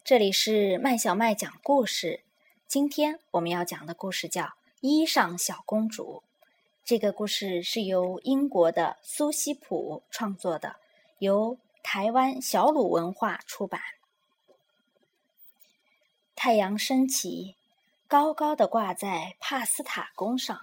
这里是麦小麦讲故事。今天我们要讲的故事叫《衣裳小公主》。这个故事是由英国的苏西普创作的，由台湾小鲁文化出版。太阳升起，高高的挂在帕斯塔宫上。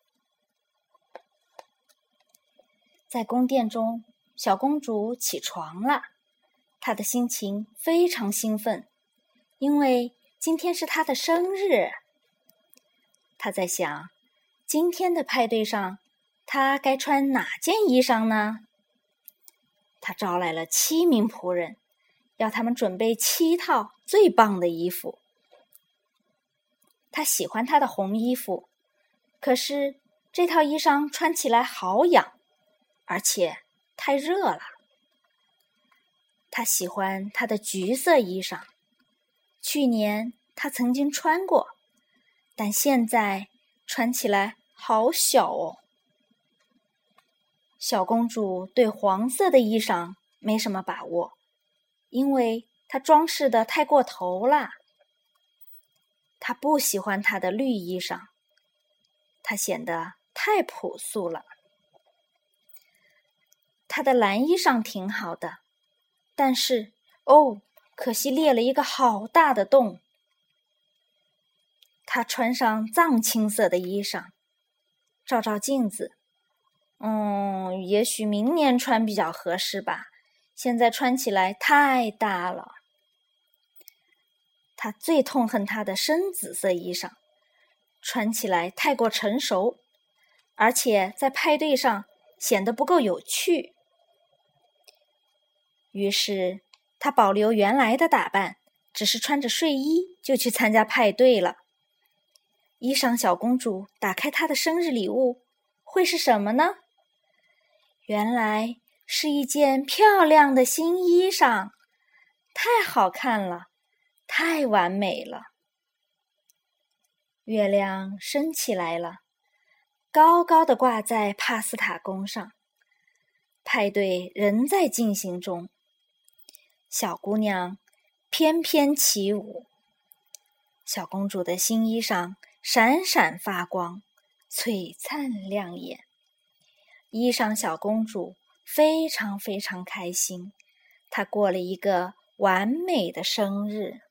在宫殿中，小公主起床了，她的心情非常兴奋，因为今天是她的生日。她在想，今天的派对上，她该穿哪件衣裳呢？她招来了7名仆人，要他们准备7套最棒的衣服。她喜欢她的红衣服，可是这套衣裳穿起来好痒，而且太热了。她喜欢她的橘色衣裳，去年她曾经穿过，但现在穿起来好小哦。小公主对黄色的衣裳没什么把握，因为它装饰得太过头了。她不喜欢她的绿衣裳，它显得太朴素了。她的蓝衣裳挺好的，但是可惜裂了一个好大的洞。她穿上藏青色的衣裳，照照镜子，也许明年穿比较合适吧，现在穿起来太大了。她最痛恨她的深紫色衣裳，穿起来太过成熟，而且在派对上显得不够有趣。于是她保留原来的打扮，只是穿着睡衣就去参加派对了。衣裳小公主打开她的生日礼物，会是什么呢？原来是一件漂亮的新衣裳，太好看了，太完美了。月亮升起来了，高高的挂在帕斯塔宫上。派对仍在进行中，小姑娘翩翩起舞。小公主的新衣裳闪闪发光，璀璨亮眼。衣裳小公主非常非常开心，她过了一个完美的生日。